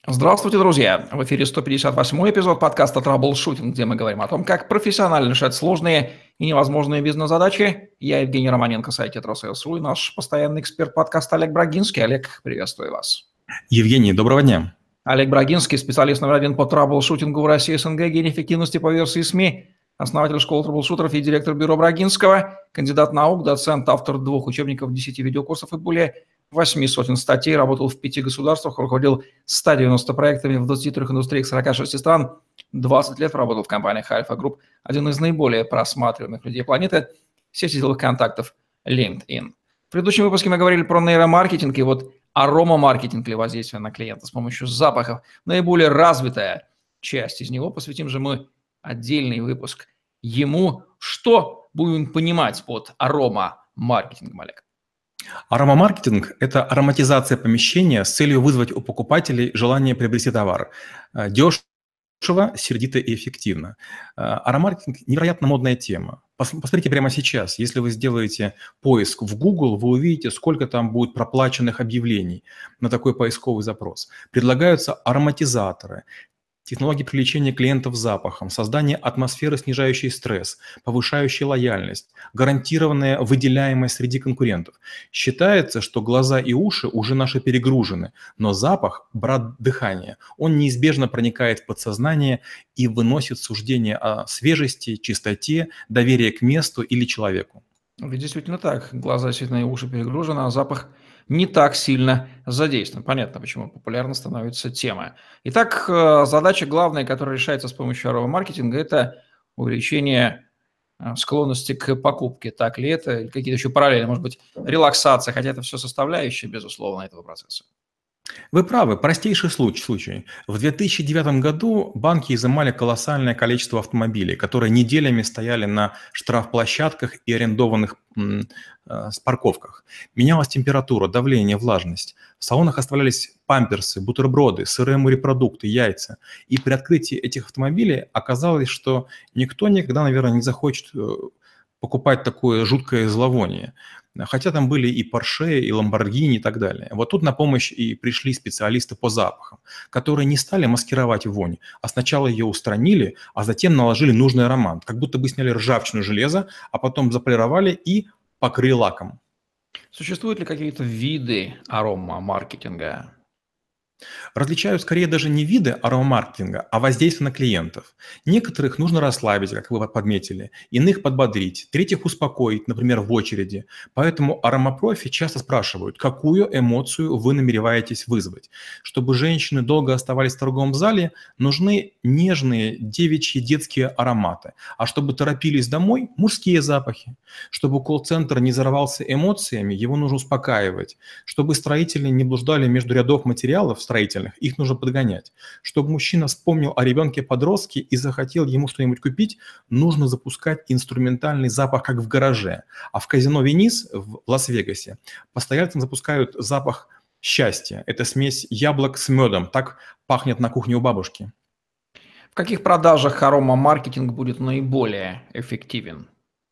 Здравствуйте, друзья! В эфире 158-й эпизод подкаста «Траблшутинг», где мы говорим о том, как профессионально решать сложные и невозможные бизнес-задачи. Я Евгений Романенко, сайт «Тетрасейлс.ру» и наш постоянный эксперт подкаста Олег Брагинский. Олег, приветствую вас. Евгений, доброго дня. Олег Брагинский, специалист номер один по траблшутингу в России, СНГ, гений эффективности по версии СМИ, основатель школы траблшутеров и директор бюро Брагинского, кандидат наук, доцент, автор 2 учебников, 10 видеокурсов и более 8 сотен статей, работал в 5 государствах, руководил 190 проектами в 23 индустриях 46 стран, 20 лет работал в компаниях Альфа Групп, один из наиболее просматриваемых людей планеты, сети деловых контактов LinkedIn. В предыдущем выпуске мы говорили про нейромаркетинг и вот аромамаркетинг или воздействие на клиента с помощью запахов. Наиболее развитая часть из него. Посвятим же мы отдельный выпуск ему. Что будем понимать под аромамаркетингом, Олег? Аромамаркетинг – это ароматизация помещения с целью вызвать у покупателей желание приобрести товар. Дешево, сердито и эффективно. Аромамаркетинг – невероятно модная тема. Посмотрите прямо сейчас. Если вы сделаете поиск в Google, вы увидите, сколько там будет проплаченных объявлений на такой поисковый запрос. Предлагаются ароматизаторы, технологии привлечения клиентов запахом, создание атмосферы, снижающей стресс, повышающей лояльность, гарантированная выделяемость среди конкурентов. Считается, что глаза и уши уже наши перегружены, но запах – брат дыхания. Он неизбежно проникает в подсознание и выносит суждение о свежести, чистоте, доверии к месту или человеку. Ведь действительно так. Глаза действительно и уши перегружены, а запах не так сильно задействован. Понятно, почему популярна становится тема. Итак, задача главная, которая решается с помощью аромамаркетинга, это увеличение склонности к покупке. Так ли это? Или какие-то еще параллели? Может быть, релаксация, хотя это все составляющие, безусловно, этого процесса. Вы правы, простейший случай. В 2009 году банки изымали колоссальное количество автомобилей, которые неделями стояли на штрафплощадках и арендованных парковках. Менялась температура, давление, влажность. В салонах оставлялись памперсы, бутерброды, сырые морепродукты, яйца. И при открытии этих автомобилей оказалось, что никто никогда, наверное, не захочет покупать такое жуткое зловоние. Хотя там были и Porsche, и Lamborghini и так далее. Вот тут на помощь и пришли специалисты по запахам, которые не стали маскировать вонь, а сначала ее устранили, а затем наложили нужный аромат, как будто бы сняли ржавчину железа, а потом заполировали и покрыли лаком. Существуют ли какие-то виды аромамаркетинга? Различают скорее даже не виды аромамаркетинга, а воздействие на клиентов. Некоторых нужно расслабить, как вы подметили, иных подбодрить, третьих успокоить, например, в очереди. Поэтому аромапрофи часто спрашивают, какую эмоцию вы намереваетесь вызвать. Чтобы женщины долго оставались в торговом зале, нужны нежные девичьи детские ароматы. А чтобы торопились домой, мужские запахи. Чтобы колл-центр не взорвался эмоциями, его нужно успокаивать. Чтобы строители не блуждали между рядов материалов строительных, их нужно подгонять. Чтобы мужчина вспомнил о ребенке-подростке и захотел ему что-нибудь купить, нужно запускать инструментальный запах, как в гараже. А в казино «Вениз» в Лас-Вегасе постоянно запускают запах счастья. Это смесь яблок с медом. Так пахнет на кухне у бабушки. В каких продажах аромамаркетинг будет наиболее эффективен?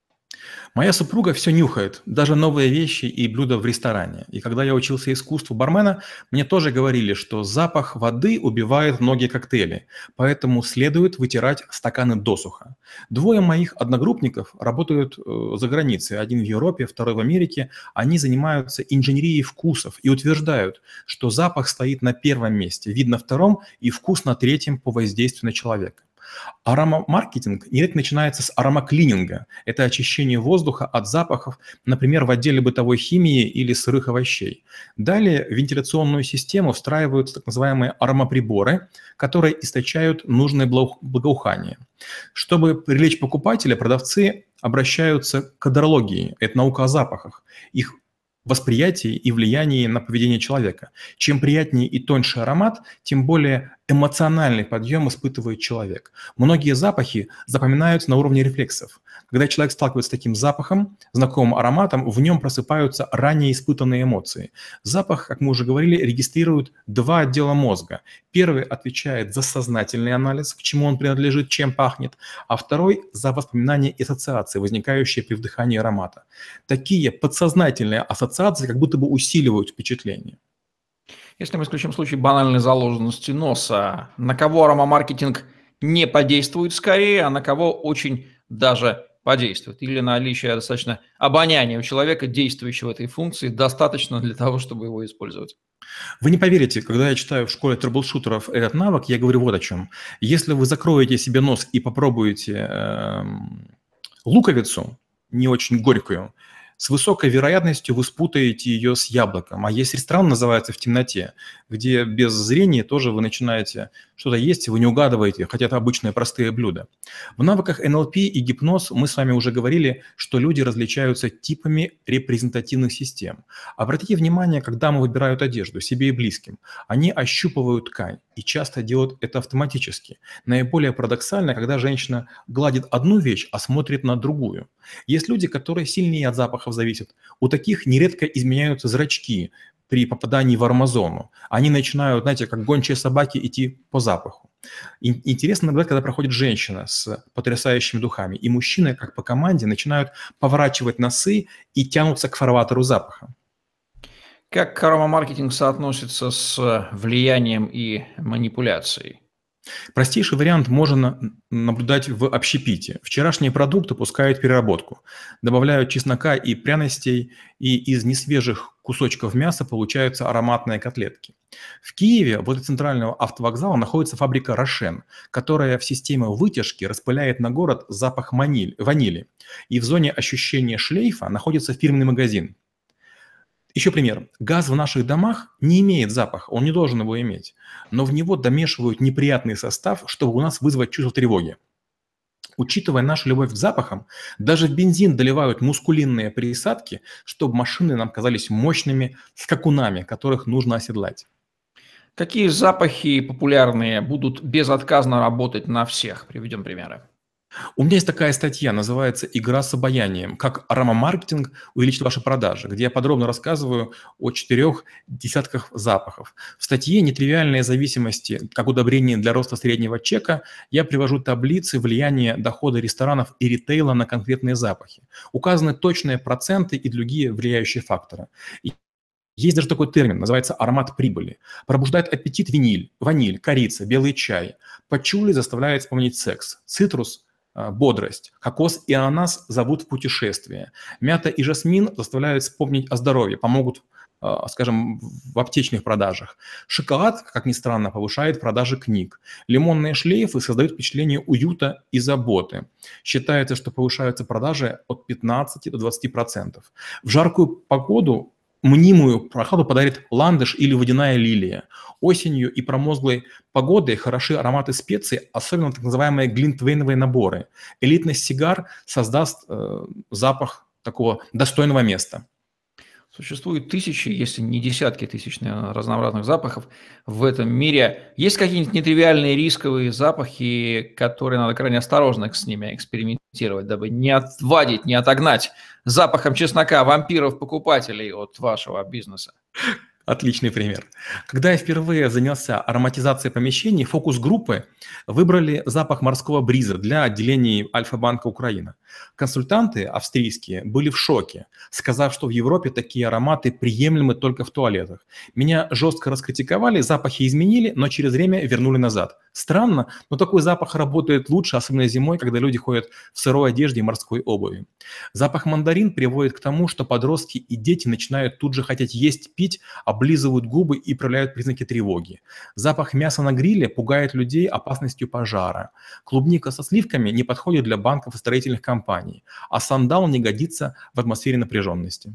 Моя супруга все нюхает, даже новые вещи и блюда в ресторане. И когда я учился искусству бармена, мне тоже говорили, что запах воды убивает многие коктейли, поэтому следует вытирать стаканы досуха. Двое моих одногруппников работают за границей, один в Европе, второй в Америке. Они занимаются инженерией вкусов и утверждают, что запах стоит на первом месте, вид на втором и вкус на третьем по воздействию на человека. Аромамаркетинг нередко начинается с аромаклининга. Это очищение воздуха от запахов, например, в отделе бытовой химии или сырых овощей. Далее в вентиляционную систему встраиваются так называемые аромаприборы, которые источают нужное благоухание. Чтобы привлечь покупателя, продавцы обращаются к кодологии. Это наука о запахах. Их восприятии и влиянии на поведение человека. Чем приятнее и тоньше аромат, тем более эмоциональный подъем испытывает человек. Многие запахи запоминаются на уровне рефлексов. Когда человек сталкивается с таким запахом, знакомым ароматом, в нем просыпаются ранее испытанные эмоции. Запах, как мы уже говорили, регистрирует два отдела мозга. Первый отвечает за сознательный анализ, к чему он принадлежит, чем пахнет, а второй за воспоминания и ассоциации, возникающие при вдыхании аромата. Такие подсознательные ассоциации как будто бы усиливают впечатление. Если мы исключим случай банальной заложенности носа, на кого аромамаркетинг не подействует скорее, а на кого очень даже подействует? Или наличие достаточно обоняния у человека, действующего этой функции, достаточно для того, чтобы его использовать? Вы не поверите, когда я читаю в школе трэблшутеров этот навык, я говорю вот о чем. Если вы закроете себе нос и попробуете луковицу, не очень горькую, с высокой вероятностью вы спутаете ее с яблоком. А есть ресторан, называется «В темноте», где без зрения тоже вы начинаете что-то есть, и вы не угадываете, хотя это обычные простые блюда. В навыках НЛП и гипноз мы с вами уже говорили, что люди различаются типами репрезентативных систем. Обратите внимание, когда дамы выбирают одежду себе и близким, они ощупывают ткань и часто делают это автоматически. Наиболее парадоксально, когда женщина гладит одну вещь, а смотрит на другую. Есть люди, которые сильнее от запахов зависят. У таких нередко изменяются зрачки при попадании в армазону. Они начинают, знаете, как гончие собаки идти по запаху. Интересно наблюдать, когда проходит женщина с потрясающими духами, и мужчины, как по команде, начинают поворачивать носы и тянутся к фарватеру запаха. Как аромамаркетинг соотносится с влиянием и манипуляцией? Простейший вариант можно наблюдать в общепите. Вчерашние продукты пускают в переработку, добавляют чеснока и пряностей, и из несвежих кусочков мяса получаются ароматные котлетки. В Киеве возле центрального автовокзала находится фабрика «Рошен», которая в системе вытяжки распыляет на город запах ванили. И в зоне ощущения шлейфа находится фирменный магазин. Еще пример. Газ в наших домах не имеет запаха, он не должен его иметь, но в него домешивают неприятный состав, чтобы у нас вызвать чувство тревоги. Учитывая нашу любовь к запахам, даже в бензин доливают мускулинные присадки, чтобы машины нам казались мощными скакунами, которых нужно оседлать. Какие запахи популярные будут безотказно работать на всех? Приведем примеры. У меня есть такая статья, называется «Игра с обаянием. Как аромамаркетинг увеличит ваши продажи», где я подробно рассказываю о 4 десятках запахов. В статье «Нетривиальные зависимости как удобрение для роста среднего чека» я привожу таблицы влияния дохода ресторанов и ритейла на конкретные запахи. Указаны точные проценты и другие влияющие факторы. Есть даже такой термин, называется аромат прибыли. Пробуждает аппетит ваниль, корица, белый чай. Пачули заставляет вспомнить секс. Цитрус – бодрость. Кокос и ананас зовут в путешествие. Мята и жасмин заставляют вспомнить о здоровье, помогут, скажем, в аптечных продажах. Шоколад, как ни странно, повышает продажи книг. Лимонные шлейфы создают впечатление уюта и заботы. Считается, что повышаются продажи от 15 до 20%. В жаркую погоду мнимую прохладу подарит ландыш или водяная лилия. Осенью и промозглой погодой хороши ароматы специй, особенно так называемые глинтвейновые наборы. Элитность сигар создаст запах такого достойного места. Существует тысячи, если не десятки тысяч, наверное, разнообразных запахов в этом мире. Есть какие-нибудь нетривиальные рисковые запахи, которые надо крайне осторожно с ними экспериментировать, дабы не отвадить, не отогнать запахом чеснока вампиров-покупателей от вашего бизнеса? Отличный пример. Когда я впервые занялся ароматизацией помещений, фокус-группы выбрали запах морского бриза для отделений Альфа-банка Украина. Консультанты австрийские были в шоке, сказав, что в Европе такие ароматы приемлемы только в туалетах. Меня жестко раскритиковали, запахи изменили, но через время вернули назад. Странно, но такой запах работает лучше, особенно зимой, когда люди ходят в сырой одежде и морской обуви. Запах мандарин приводит к тому, что подростки и дети начинают тут же хотеть есть, пить, облизывают губы и проявляют признаки тревоги. Запах мяса на гриле пугает людей опасностью пожара. Клубника со сливками не подходит для банков и строительных компаний, а сандал не годится в атмосфере напряженности.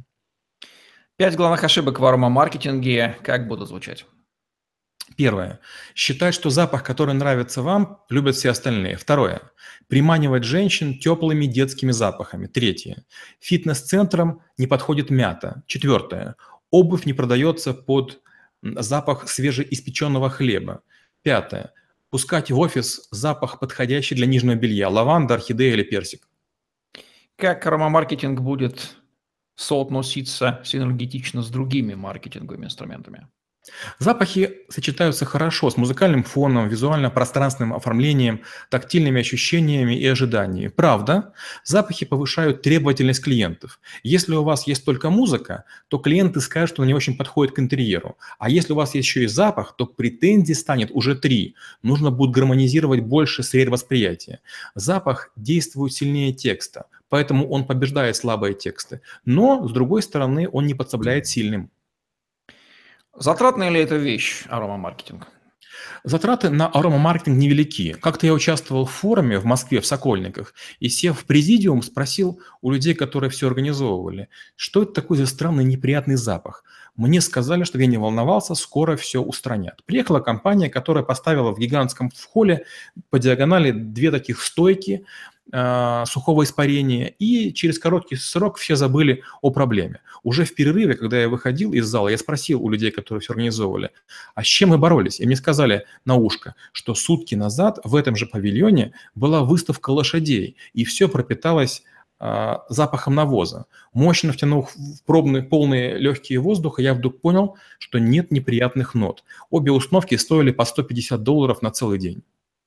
5 главных ошибок в аромамаркетинге как будут звучать? Первое. Считать, что запах, который нравится вам, любят все остальные. Второе. Приманивать женщин теплыми детскими запахами. Третье. Фитнес-центрам не подходит мята. Четвертое. Обувь не продается под запах свежеиспеченного хлеба. Пятое. Пускать в офис запах, подходящий для нижнего белья. Лаванда, орхидея или персик. Как аромамаркетинг будет соотноситься синергетично с другими маркетинговыми инструментами? Запахи сочетаются хорошо с музыкальным фоном, визуально-пространственным оформлением, тактильными ощущениями и ожиданиями. Правда, запахи повышают требовательность клиентов. Если у вас есть только музыка, то клиенты скажут, что она не очень подходит к интерьеру. А если у вас есть еще и запах, то претензий станет уже 3. Нужно будет гармонизировать больше сфер восприятия. Запах действует сильнее текста, поэтому он побеждает слабые тексты. Но, с другой стороны, он не подсобляет сильным. Затратная ли это вещь, аромамаркетинг? Затраты на аромамаркетинг невелики. Как-то я участвовал в форуме в Москве, в Сокольниках, и, сев в президиум, спросил у людей, которые все организовывали, что это такой за странный неприятный запах. Мне сказали, чтобы я не волновался, скоро все устранят. Приехала компания, которая поставила в гигантском холле по диагонали 2 таких стойки сухого испарения, и через короткий срок все забыли о проблеме. Уже в перерыве, когда я выходил из зала, я спросил у людей, которые все организовывали, а с чем мы боролись? И мне сказали на ушко, что сутки назад в этом же павильоне была выставка лошадей, и все пропиталось запахом навоза. Мощно втянув в пробные полные легкие воздуха, я вдруг понял, что нет неприятных нот. Обе установки стоили по $150 на целый день.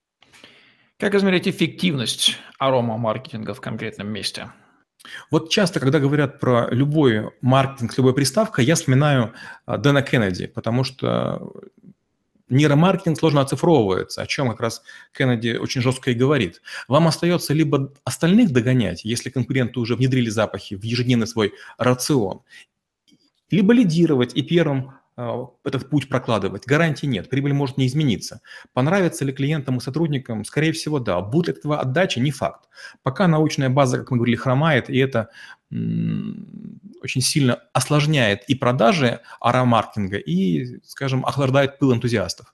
Как измерить эффективность аромамаркетинга в конкретном месте? Вот часто, когда говорят про любой маркетинг с любой приставкой, я вспоминаю Дэна Кеннеди, потому что нейромаркетинг сложно оцифровывается, о чем как раз Кеннеди очень жестко и говорит. Вам остается либо остальных догонять, если конкуренты уже внедрили запахи в ежедневный свой рацион, либо лидировать и первым этот путь прокладывать. Гарантии нет, прибыль может не измениться. Понравится ли клиентам и сотрудникам? Скорее всего, да. Будет ли от этого отдача? Не факт. Пока научная база, как мы говорили, хромает, и это очень сильно осложняет и продажи аромамаркетинга, и, скажем, охлаждает пыл энтузиастов.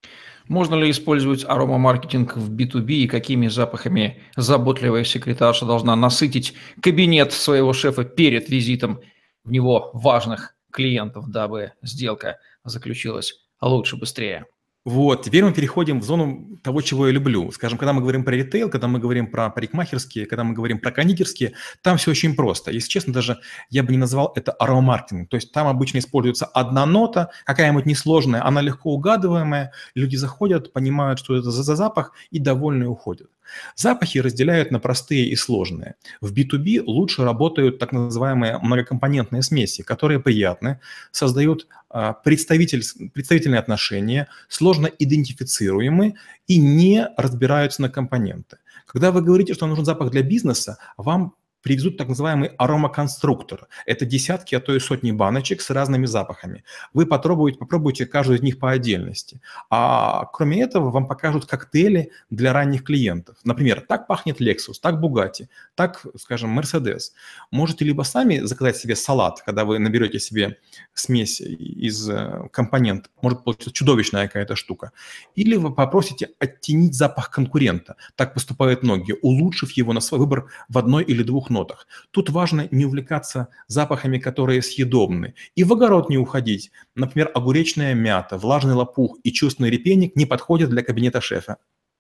Можно ли использовать аромамаркетинг в B2B и какими запахами заботливая секретарша должна насытить кабинет своего шефа перед визитом в него важных клиентов, дабы сделка заключилась лучше, быстрее? Вот, теперь мы переходим в зону того, чего я люблю. Скажем, когда мы говорим про ритейл, когда мы говорим про парикмахерские, когда мы говорим про кондитерские, там все очень просто. Если честно, даже я бы не назвал это аромамаркетингом. То есть там обычно используется одна нота, какая-нибудь несложная, она легко угадываемая, люди заходят, понимают, что это за запах, и довольны уходят. Запахи разделяют на простые и сложные. В B2B лучше работают так называемые многокомпонентные смеси, которые приятны, создают представительные отношения, сложно идентифицируемы и не разбираются на компоненты. Когда вы говорите, что нужен запах для бизнеса, вам привезут так называемый аромаконструктор. Это десятки, а то и сотни баночек с разными запахами. Вы попробуйте каждую из них по отдельности. А кроме этого, вам покажут коктейли для ранних клиентов. Например, так пахнет Lexus, так Bugatti, так, скажем, Mercedes. Можете либо сами заказать себе салат, когда вы наберете себе смесь из компонентов. Может получиться чудовищная какая-то штука. Или вы попросите оттенить запах конкурента. Так поступают многие, улучшив его на свой выбор в одной или двух нотах. Тут важно не увлекаться запахами, которые съедобны, и в огород не уходить. Например, огуречная мята, влажный лопух и чувственный репейник не подходят для кабинета шефа.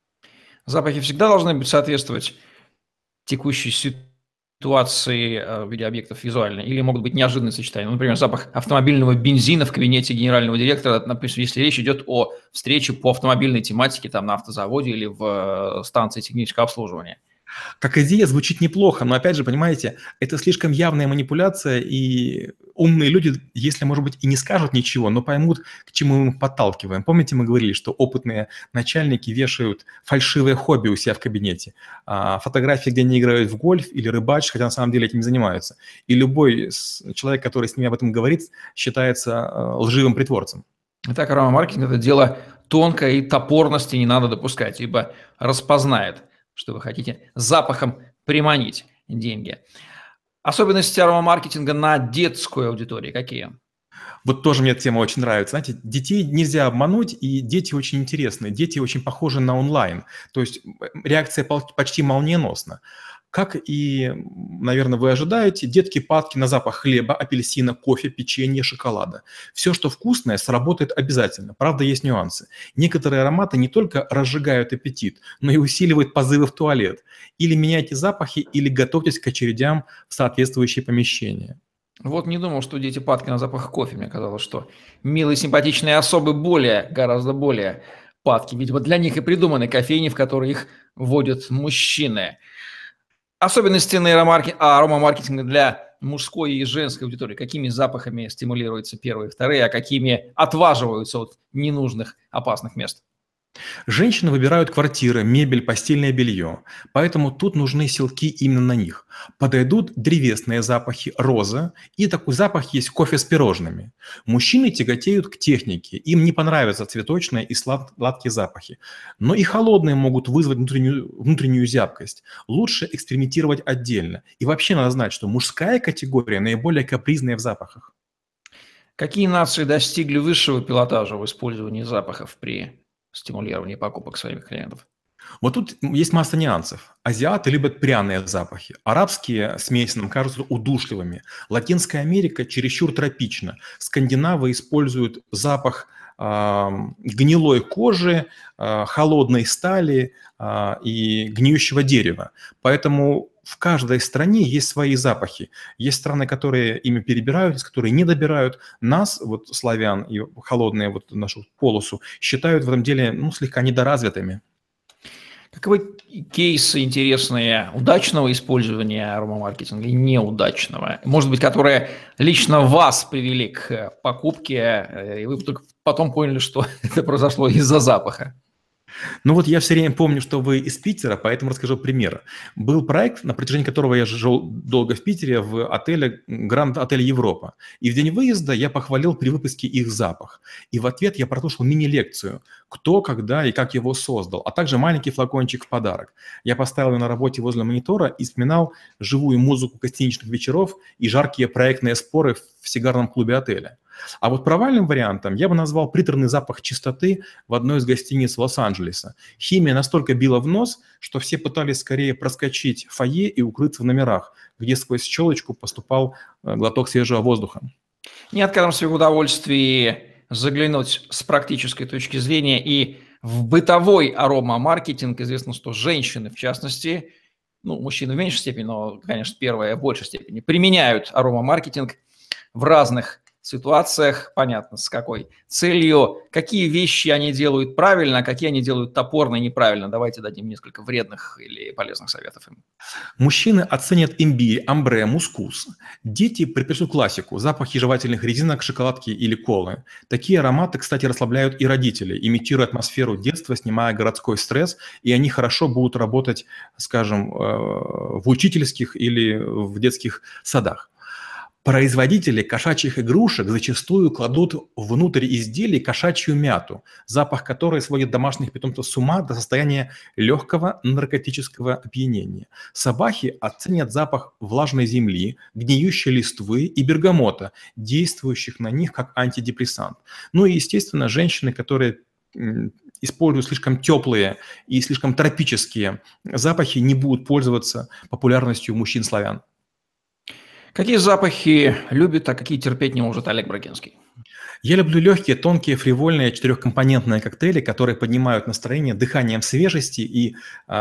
Запахи всегда должны соответствовать текущей ситуации в виде объектов визуально, или могут быть неожиданные сочетания. Например, запах автомобильного бензина в кабинете генерального директора, например, если речь идет о встрече по автомобильной тематике там, на автозаводе или в станции технического обслуживания. Как идея звучит неплохо, но опять же, понимаете, это слишком явная манипуляция, и умные люди, если, может быть, и не скажут ничего, но поймут, к чему мы их подталкиваем. Помните, мы говорили, что опытные начальники вешают фальшивые хобби у себя в кабинете, фотографии, где они играют в гольф или рыбачат, хотя на самом деле этим не занимаются. И любой человек, который с ними об этом говорит, считается лживым притворцем. Итак, аромамаркетинг – это дело тонкое, и топорности не надо допускать, ибо распознает, что вы хотите запахом приманить деньги. Особенности аромамаркетинга на детскую аудиторию какие? Вот тоже мне эта тема очень нравится. Знаете, детей нельзя обмануть, и дети очень интересные. Дети очень похожи на онлайн. То есть реакция почти молниеносна. Как и, наверное, вы ожидаете, детки падки на запах хлеба, апельсина, кофе, печенья, шоколада. Все, что вкусное, сработает обязательно. Правда, есть нюансы. Некоторые ароматы не только разжигают аппетит, но и усиливают позывы в туалет. Или меняйте запахи, или готовьтесь к очередям в соответствующие помещения. Вот не думал, что дети падки на запах кофе. Мне казалось, что милые симпатичные особы гораздо более падки. Видимо, для них и придуманы кофейни, в которые их водят мужчины. Особенности аромамаркетинга для мужской и женской аудитории. Какими запахами стимулируются первые и вторые, а какими отваживаются от ненужных опасных мест? Женщины выбирают квартиры, мебель, постельное белье, поэтому тут нужны селки именно на них. Подойдут древесные запахи, роза, и такой запах есть кофе с пирожными. Мужчины тяготеют к технике, им не понравятся цветочные и сладкие запахи, но и холодные могут вызвать внутреннюю зябкость. Лучше экспериментировать отдельно. И вообще надо знать, что мужская категория наиболее капризная в запахах. Какие нации достигли высшего пилотажа в использовании запахов при стимулировании покупок своих клиентов? Вот тут есть масса нюансов. Азиаты любят пряные запахи. Арабские смеси нам кажутся удушливыми. Латинская Америка чересчур тропична. Скандинавы используют запах гнилой кожи, холодной стали и гниющего дерева. Поэтому в каждой стране есть свои запахи. Есть страны, которые ими перебирают, есть которые не добирают. Нас, вот славян и холодные вот нашу полосу, считают в этом деле слегка недоразвитыми. Каковы кейсы интересные удачного использования аромамаркетинга и неудачного? Может быть, которые лично вас привели к покупке, и вы только потом поняли, что это произошло из-за запаха? Ну вот я все время помню, что вы из Питера, поэтому расскажу пример. Был проект, на протяжении которого я жил долго в Питере, в отеле Гранд Отель Европа. И в день выезда я похвалил при выпуске их запах. И в ответ я прослушал мини-лекцию, кто, когда и как его создал, а также маленький флакончик в подарок. Я поставил его на работе возле монитора и вспоминал живую музыку гостиничных вечеров и жаркие проектные споры в сигарном клубе отеля. А вот провальным вариантом я бы назвал приторный запах чистоты в одной из гостиниц Лос-Анджелеса. Химия настолько била в нос, что все пытались скорее проскочить в фойе и укрыться в номерах, где сквозь щелочку поступал глоток свежего воздуха. Не откажем себе в удовольствии заглянуть с практической точки зрения и в бытовой аромамаркетинг. Известно, что женщины, в частности, мужчины в меньшей степени, но, конечно, первые в большей степени, применяют аромамаркетинг в разных ситуациях, понятно, с какой целью, какие вещи они делают правильно, а какие они делают топорно и неправильно. Давайте дадим несколько вредных или полезных советов им. Мужчины оценят имбирь, амбре, мускус. Дети предпочтут классику, запахи жевательных резинок, шоколадки или колы. Такие ароматы, кстати, расслабляют и родителей, имитируя атмосферу детства, снимая городской стресс, и они хорошо будут работать, скажем, в учительских или в детских садах. Производители кошачьих игрушек зачастую кладут внутрь изделий кошачью мяту, запах которой сводит домашних питомцев с ума до состояния легкого наркотического опьянения. Собаки оценят запах влажной земли, гниющей листвы и бергамота, действующих на них как антидепрессант. Ну и, естественно, женщины, которые используют слишком теплые и слишком тропические запахи, не будут пользоваться популярностью мужчин-славян. Какие запахи любит, а какие терпеть не может Олег Брагинский? Я люблю легкие, тонкие, фривольные, четырехкомпонентные коктейли, которые поднимают настроение дыханием свежести и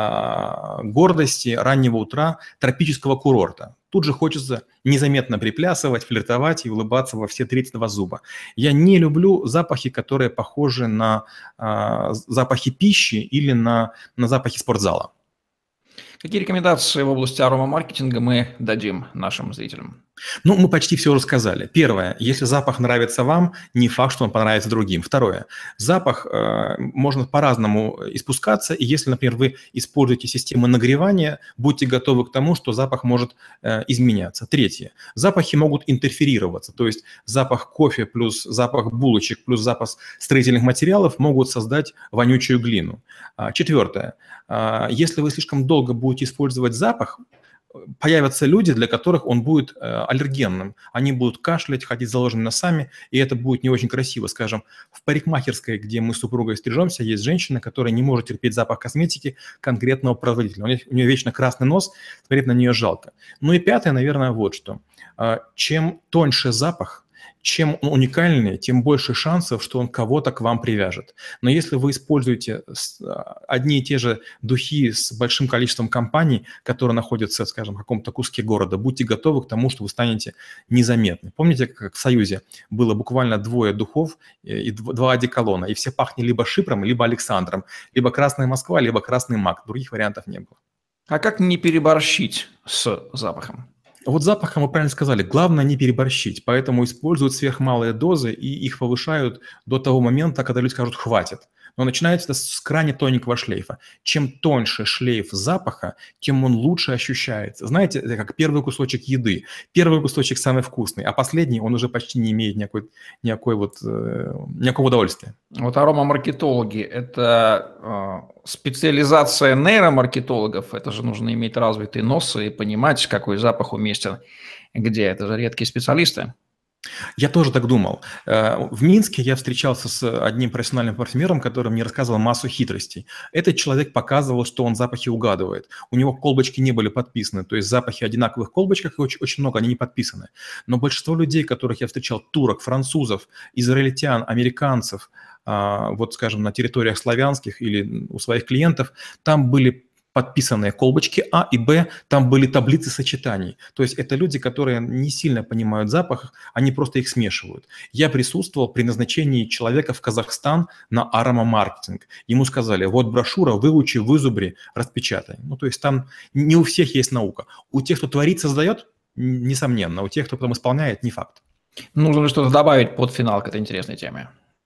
гордости раннего утра тропического курорта. Тут же хочется незаметно приплясывать, флиртовать и улыбаться во все 32 зуба. Я не люблю запахи, которые похожи на запахи пищи или на запахи спортзала. Какие рекомендации в области аромамаркетинга мы дадим нашим зрителям? Ну, мы почти все рассказали. Первое, если запах нравится вам, не факт, что он понравится другим. Второе, запах можно по-разному испускаться, и если, например, вы используете систему нагревания, будьте готовы к тому, что запах может изменяться. Третье, запахи могут интерферироваться, то есть запах кофе плюс запах булочек плюс запах строительных материалов могут создать вонючую глину. Четвертое, если вы слишком долго будете использовать запах, появятся люди, для которых он будет аллергенным. Они будут кашлять, ходить с заложенными носами, и это будет не очень красиво. Скажем, в парикмахерской, где мы с супругой стрижемся, есть женщина, которая не может терпеть запах косметики конкретного производителя. У нее вечно красный нос, смотреть на нее жалко. Ну и пятое, наверное, вот что. Чем тоньше запах, Чем он уникальнее, тем больше шансов, что он кого-то к вам привяжет. Но если вы используете одни и те же духи с большим количеством компаний, которые находятся, скажем, в каком-то куске города, будьте готовы к тому, что вы станете незаметны. Помните, как в Союзе было буквально двое духов и два одеколона, и все пахли либо Шипром, либо Александром, либо Красная Москва, либо Красный Мак. Других вариантов не было. А как не переборщить с запахом? Вот запахом вы правильно сказали, главное не переборщить, поэтому используют сверхмалые дозы и их повышают до того момента, когда люди скажут «хватит». Но начинается это с крайне тоненького шлейфа. Чем тоньше шлейф запаха, тем он лучше ощущается. Знаете, это как первый кусочек еды. Первый кусочек самый вкусный, а последний он уже почти не имеет никакого удовольствия. Вот аромамаркетологи – это специализация нейромаркетологов. Это же нужно иметь развитый нос и понимать, какой запах уместен где. Это же редкие специалисты. Я тоже так думал. В Минске я встречался с одним профессиональным парфюмером, который мне рассказывал массу хитростей. Этот человек показывал, что он запахи угадывает. У него колбочки не были подписаны, то есть запахи одинаковых колбочках, и очень много, они не подписаны. Но большинство людей, которых я встречал, турок, французов, израильтян, американцев, вот, скажем, на территориях славянских или у своих клиентов, там были подписанные колбочки А и Б, там были таблицы сочетаний. То есть это люди, которые не сильно понимают запах, они просто их смешивают. Я присутствовал при назначении человека в Казахстан на аромамаркетинг. Ему сказали, вот брошюра, выучи, вызубри, распечатай. Ну, то есть там не у всех есть наука. У тех, кто творит, создает, несомненно. У тех, кто потом исполняет, не факт. Нужно ли что-то добавить под финал к этой интересной теме?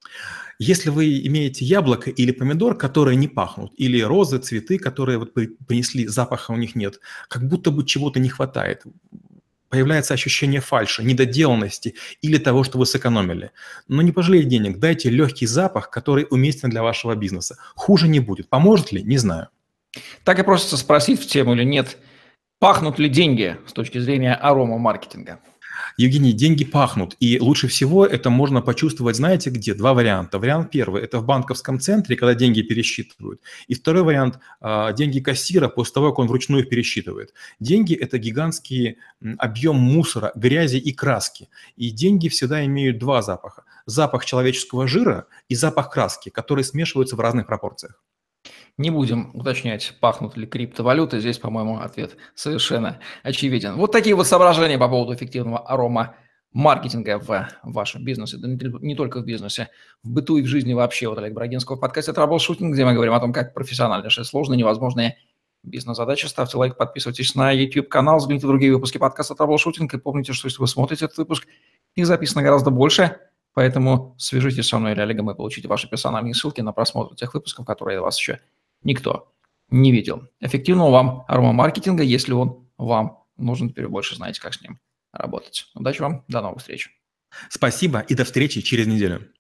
Если вы имеете яблоко или помидор, которые не пахнут, или розы, цветы, которые вот принесли, запаха у них нет, как будто бы чего-то не хватает, появляется ощущение фальши, недоделанности или того, что вы сэкономили. Но не пожалейте денег, дайте легкий запах, который уместен для вашего бизнеса. Хуже не будет. Поможет ли? Не знаю. Так и просто спросить в тему или нет, пахнут ли деньги с точки зрения аромамаркетинга? Евгений, деньги пахнут, и лучше всего это можно почувствовать, знаете где? Два варианта. Вариант первый – это в банковском центре, когда деньги пересчитывают. И второй вариант – деньги кассира после того, как он вручную их пересчитывает. Деньги – это гигантский объем мусора, грязи и краски. И деньги всегда имеют два запаха. Запах человеческого жира и запах краски, которые смешиваются в разных пропорциях. Не будем уточнять, пахнут ли криптовалюты. Здесь, по-моему, ответ совершенно очевиден. Вот такие вот соображения по поводу эффективного аромамаркетинга в вашем бизнесе. Да не только в бизнесе, в быту и в жизни вообще. Вот Олег Брагинского в подкасте «Траблшутинг», где мы говорим о том, как профессионально решать сложные, невозможные бизнес-задачи. Ставьте лайк, подписывайтесь на YouTube-канал, взгляните в другие выпуски подкаста «Траблшутинг». И помните, что если вы смотрите этот выпуск, их записано гораздо больше. Поэтому свяжитесь со мной или Олегом и получите ваши персональные ссылки на просмотр тех выпусков, которые вас еще никто не видел. Эффективного вам аромамаркетинга, если он вам нужен. Теперь больше знаете, как с ним работать. Удачи вам, до новых встреч. Спасибо и до встречи через неделю.